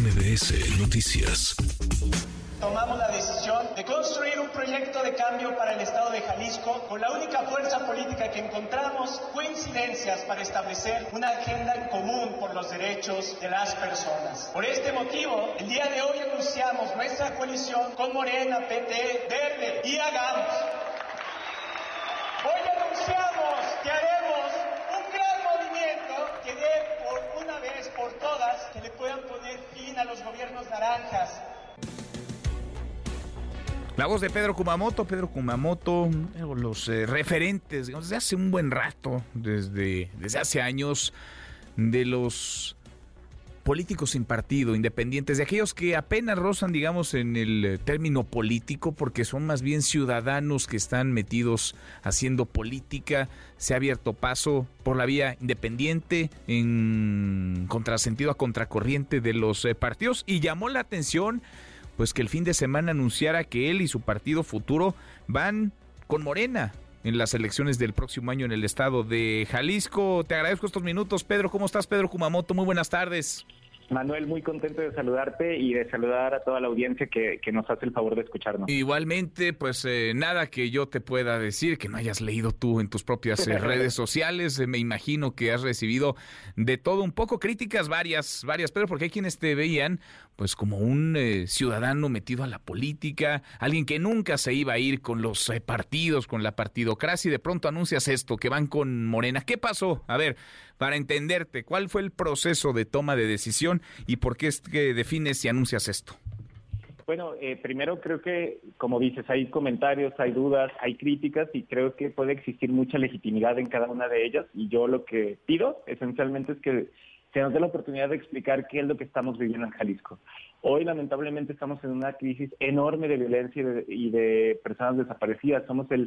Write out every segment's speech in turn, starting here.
MBS Noticias. Tomamos la decisión de construir un proyecto de cambio para el estado de Jalisco con la única fuerza política que encontramos coincidencias para establecer una agenda en común por los derechos de las personas. Por este motivo, el día de hoy anunciamos nuestra coalición con Morena, PT, Verde y Hagamos. Hoy anunciamos que haremos un gran movimiento que dé por una vez por todas que le puedan poner fin a los gobiernos naranjas. La voz de Pedro Kumamoto, los referentes, digamos, desde hace un buen rato, desde hace años, de los políticos sin partido, independientes, de aquellos que apenas rozan, digamos, en el término político, porque son más bien ciudadanos que están metidos haciendo política. Se ha abierto paso por la vía independiente, en contrasentido a contracorriente de los partidos, y llamó la atención pues que el fin de semana anunciara que él y su partido Futuro van con Morena en las elecciones del próximo año en el estado de Jalisco. Te agradezco estos minutos, Pedro. ¿Cómo estás, Pedro Kumamoto? Muy buenas tardes. Manuel, muy contento de saludarte y de saludar a toda la audiencia que nos hace el favor de escucharnos. Igualmente, pues nada que yo te pueda decir que no hayas leído tú en tus propias redes sociales. Me imagino que has recibido de todo un poco, críticas varias, Pedro, porque hay quienes te veían pues como un ciudadano metido a la política, alguien que nunca se iba a ir con los partidos, con la partidocracia, y de pronto anuncias esto, que van con Morena. ¿Qué pasó? A ver, para entenderte, ¿cuál fue el proceso de toma de decisión y por qué es que defines y anuncias esto? Bueno, primero creo que, como dices, hay comentarios, hay dudas, hay críticas y creo que puede existir mucha legitimidad en cada una de ellas, y yo lo que pido esencialmente es que se nos dé la oportunidad de explicar qué es lo que estamos viviendo en Jalisco. Hoy, lamentablemente, estamos en una crisis enorme de violencia y de personas desaparecidas. Somos el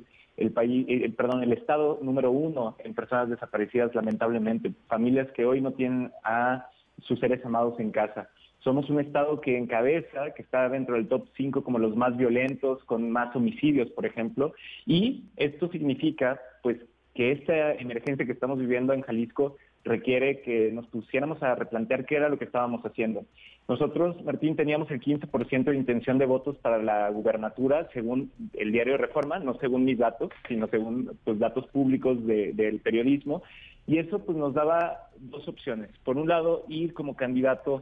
estado número 1 en personas desaparecidas, lamentablemente. Familias que hoy no tienen a sus seres amados en casa. Somos un estado que encabeza, que está dentro del top 5 como los más violentos, con más homicidios, por ejemplo. Y esto significa, pues, que esta emergencia que estamos viviendo en Jalisco requiere que nos pusiéramos a replantear qué era lo que estábamos haciendo. Nosotros, Martín, teníamos el 15% de intención de votos para la gubernatura, según el diario Reforma, no según mis datos, sino según pues, datos públicos del periodismo, y eso pues nos daba dos opciones. Por un lado, ir como candidato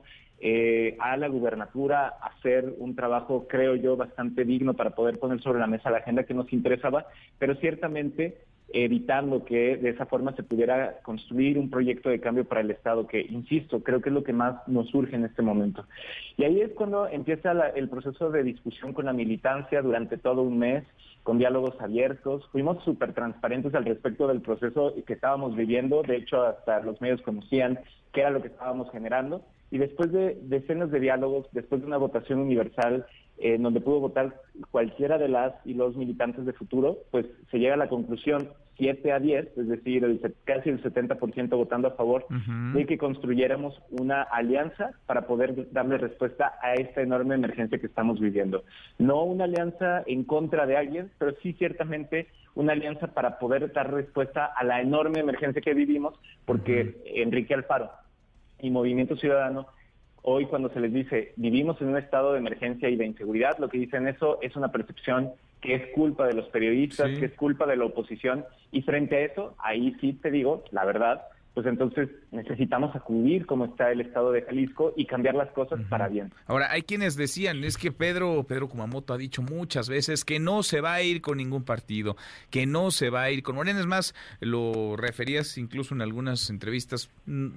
a la gubernatura, hacer un trabajo, creo yo, bastante digno para poder poner sobre la mesa la agenda que nos interesaba, pero ciertamente evitando que de esa forma se pudiera construir un proyecto de cambio para el Estado, que, insisto, creo que es lo que más nos surge en este momento. Y ahí es cuando empieza el proceso de discusión con la militancia durante todo un mes, con diálogos abiertos. Fuimos súper transparentes al respecto del proceso que estábamos viviendo, de hecho hasta los medios conocían qué era lo que estábamos generando, y después de decenas de diálogos, después de una votación universal, donde pudo votar cualquiera de las y los militantes de Futuro, pues se llega a la conclusión 7-10, es decir, casi el 70% votando a favor, de que construyéramos una alianza para poder darle respuesta a esta enorme emergencia que estamos viviendo. No una alianza en contra de alguien, pero sí ciertamente una alianza para poder dar respuesta a la enorme emergencia que vivimos, porque Enrique Alfaro y Movimiento Ciudadano, hoy cuando se les dice vivimos en un estado de emergencia y de inseguridad, lo que dicen eso es una percepción que es culpa de los periodistas, que es culpa de la oposición, y frente a eso, ahí sí te digo, la verdad, pues entonces necesitamos acudir como está el estado de Jalisco y cambiar las cosas para bien. Ahora, hay quienes decían, es que Pedro Kumamoto ha dicho muchas veces que no se va a ir con ningún partido, que no se va a ir con Morena. Es más, lo referías incluso en algunas entrevistas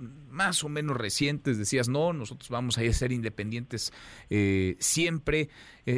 más o menos recientes, decías, no, nosotros vamos a ir a ser independientes siempre.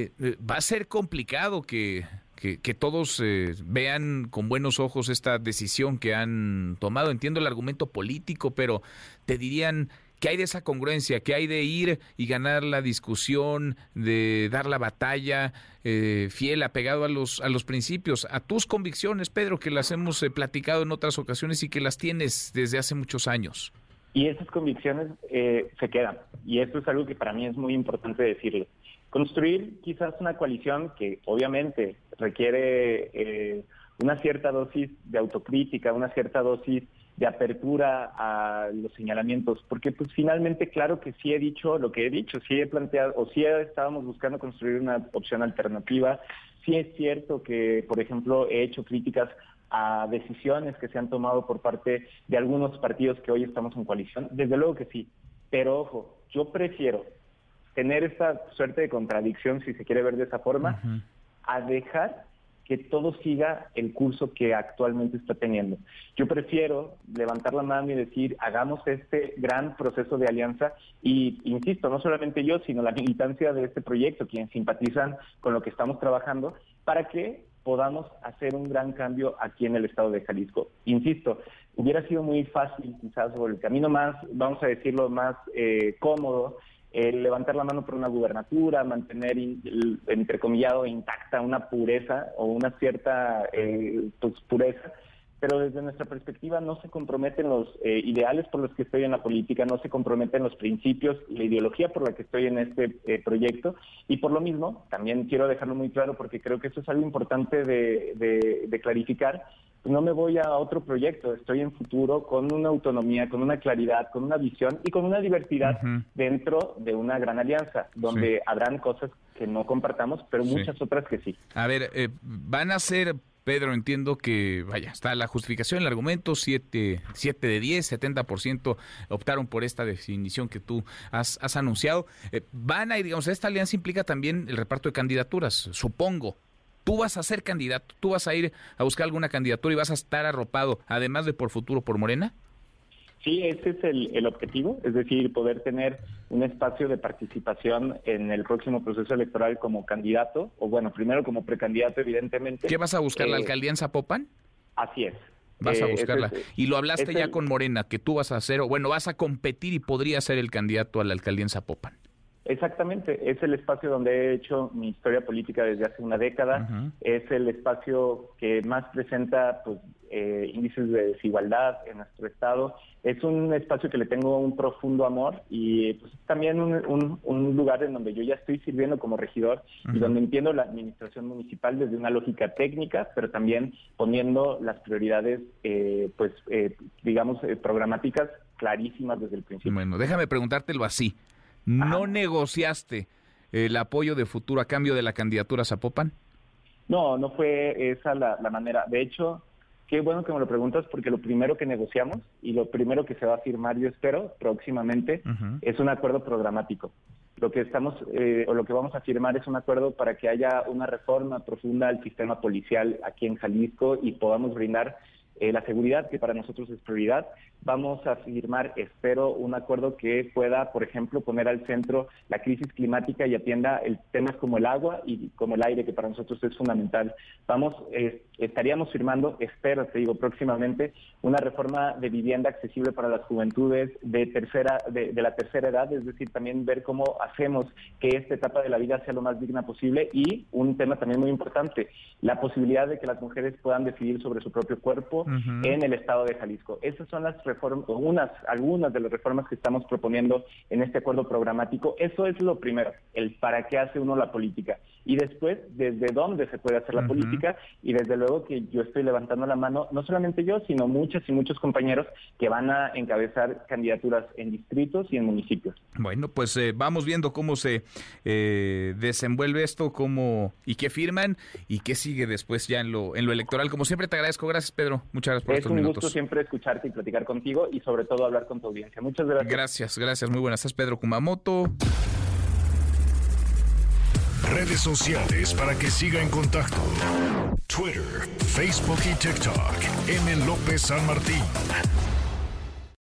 Va a ser complicado que todos vean con buenos ojos esta decisión que han tomado. Entiendo el argumento político, pero te dirían que hay de esa congruencia, que hay de ir y ganar la discusión, de dar la batalla fiel, apegado a los principios, a tus convicciones, Pedro, que las hemos platicado en otras ocasiones y que las tienes desde hace muchos años. Y esas convicciones se quedan, y esto es algo que para mí es muy importante decirlo. Construir quizás una coalición que obviamente requiere una cierta dosis de autocrítica, una cierta dosis de apertura a los señalamientos, porque pues finalmente claro que sí he dicho lo que he dicho, sí he planteado o sí estábamos buscando construir una opción alternativa. Sí es cierto que, por ejemplo, he hecho críticas a decisiones que se han tomado por parte de algunos partidos que hoy estamos en coalición, desde luego que sí, pero ojo, yo prefiero tener esta suerte de contradicción, si se quiere ver de esa forma, a dejar que todo siga el curso que actualmente está teniendo. Yo prefiero levantar la mano y decir, hagamos este gran proceso de alianza y, insisto, no solamente yo, sino la militancia de este proyecto, quienes simpatizan con lo que estamos trabajando, para que podamos hacer un gran cambio aquí en el estado de Jalisco. Insisto, hubiera sido muy fácil, quizás, o el camino más, vamos a decirlo, más cómodo, levantar la mano por una gubernatura, mantener, entrecomillado, intacta una pureza o una cierta pureza, pero desde nuestra perspectiva no se comprometen los ideales por los que estoy en la política, no se comprometen los principios, la ideología por la que estoy en este proyecto, y por lo mismo, también quiero dejarlo muy claro porque creo que eso es algo importante de clarificar, no me voy a otro proyecto, estoy en futuro con una autonomía, con una claridad, con una visión y con una diversidad dentro de una gran alianza, donde habrán cosas que no compartamos, pero muchas otras que sí. A ver, van a ser... Pedro, entiendo que, vaya, está la justificación, el argumento, 7 de 10, 70% optaron por esta definición que tú has anunciado. Van a ir, digamos, esta alianza implica también el reparto de candidaturas, supongo. Tú vas a ser candidato, tú vas a ir a buscar alguna candidatura y vas a estar arropado, además de por Futuro, por Morena. Sí, ese es el objetivo, es decir, poder tener un espacio de participación en el próximo proceso electoral como candidato, o bueno, primero como precandidato, evidentemente. ¿Qué vas a buscar, la alcaldía en Zapopan? Así es. Vas a buscarla. Y lo hablaste ya con Morena, que tú vas a hacer, o bueno, vas a competir y podrías ser el candidato a la alcaldía en Zapopan. Exactamente, es el espacio donde he hecho mi historia política desde hace una década, es el espacio que más presenta pues, índices de desigualdad en nuestro estado, es un espacio que le tengo un profundo amor y pues también un lugar en donde yo ya estoy sirviendo como regidor y donde entiendo la administración municipal desde una lógica técnica, pero también poniendo las prioridades, digamos, programáticas clarísimas desde el principio. Bueno, déjame preguntártelo así. ¿No negociaste el apoyo de Futuro a cambio de la candidatura a Zapopan? No fue esa la manera. De hecho, qué bueno que me lo preguntas porque lo primero que negociamos y lo primero que se va a firmar, yo espero, próximamente, es un acuerdo programático. Lo que lo que vamos a firmar es un acuerdo para que haya una reforma profunda al sistema policial aquí en Jalisco y podamos brindar la seguridad, que para nosotros es prioridad. Vamos a firmar, espero, un acuerdo que pueda, por ejemplo, poner al centro la crisis climática y atienda temas como el agua y como el aire, que para nosotros es fundamental. Estaríamos firmando, espero, te digo, próximamente, una reforma de vivienda accesible para las juventudes de la tercera edad, es decir, también ver cómo hacemos que esta etapa de la vida sea lo más digna posible y un tema también muy importante, la posibilidad de que las mujeres puedan decidir sobre su propio cuerpo en el estado de Jalisco. Esas son las reformas, algunas de las reformas que estamos proponiendo en este acuerdo programático. Eso es lo primero, el para qué hace uno la política. Y después, desde dónde se puede hacer la política, y desde luego que yo estoy levantando la mano, no solamente yo, sino muchas y muchos compañeros que van a encabezar candidaturas en distritos y en municipios. Bueno, pues vamos viendo cómo se desenvuelve esto, y qué firman, y qué sigue después ya en lo electoral. Como siempre te agradezco, gracias Pedro, muchas gracias por estos minutos. Es un gusto siempre escucharte y platicar contigo, y sobre todo hablar con tu audiencia. Muchas gracias. Gracias, muy buenas. Es Pedro Kumamoto. Redes sociales para que siga en contacto: Twitter, Facebook y TikTok. M. López San Martín.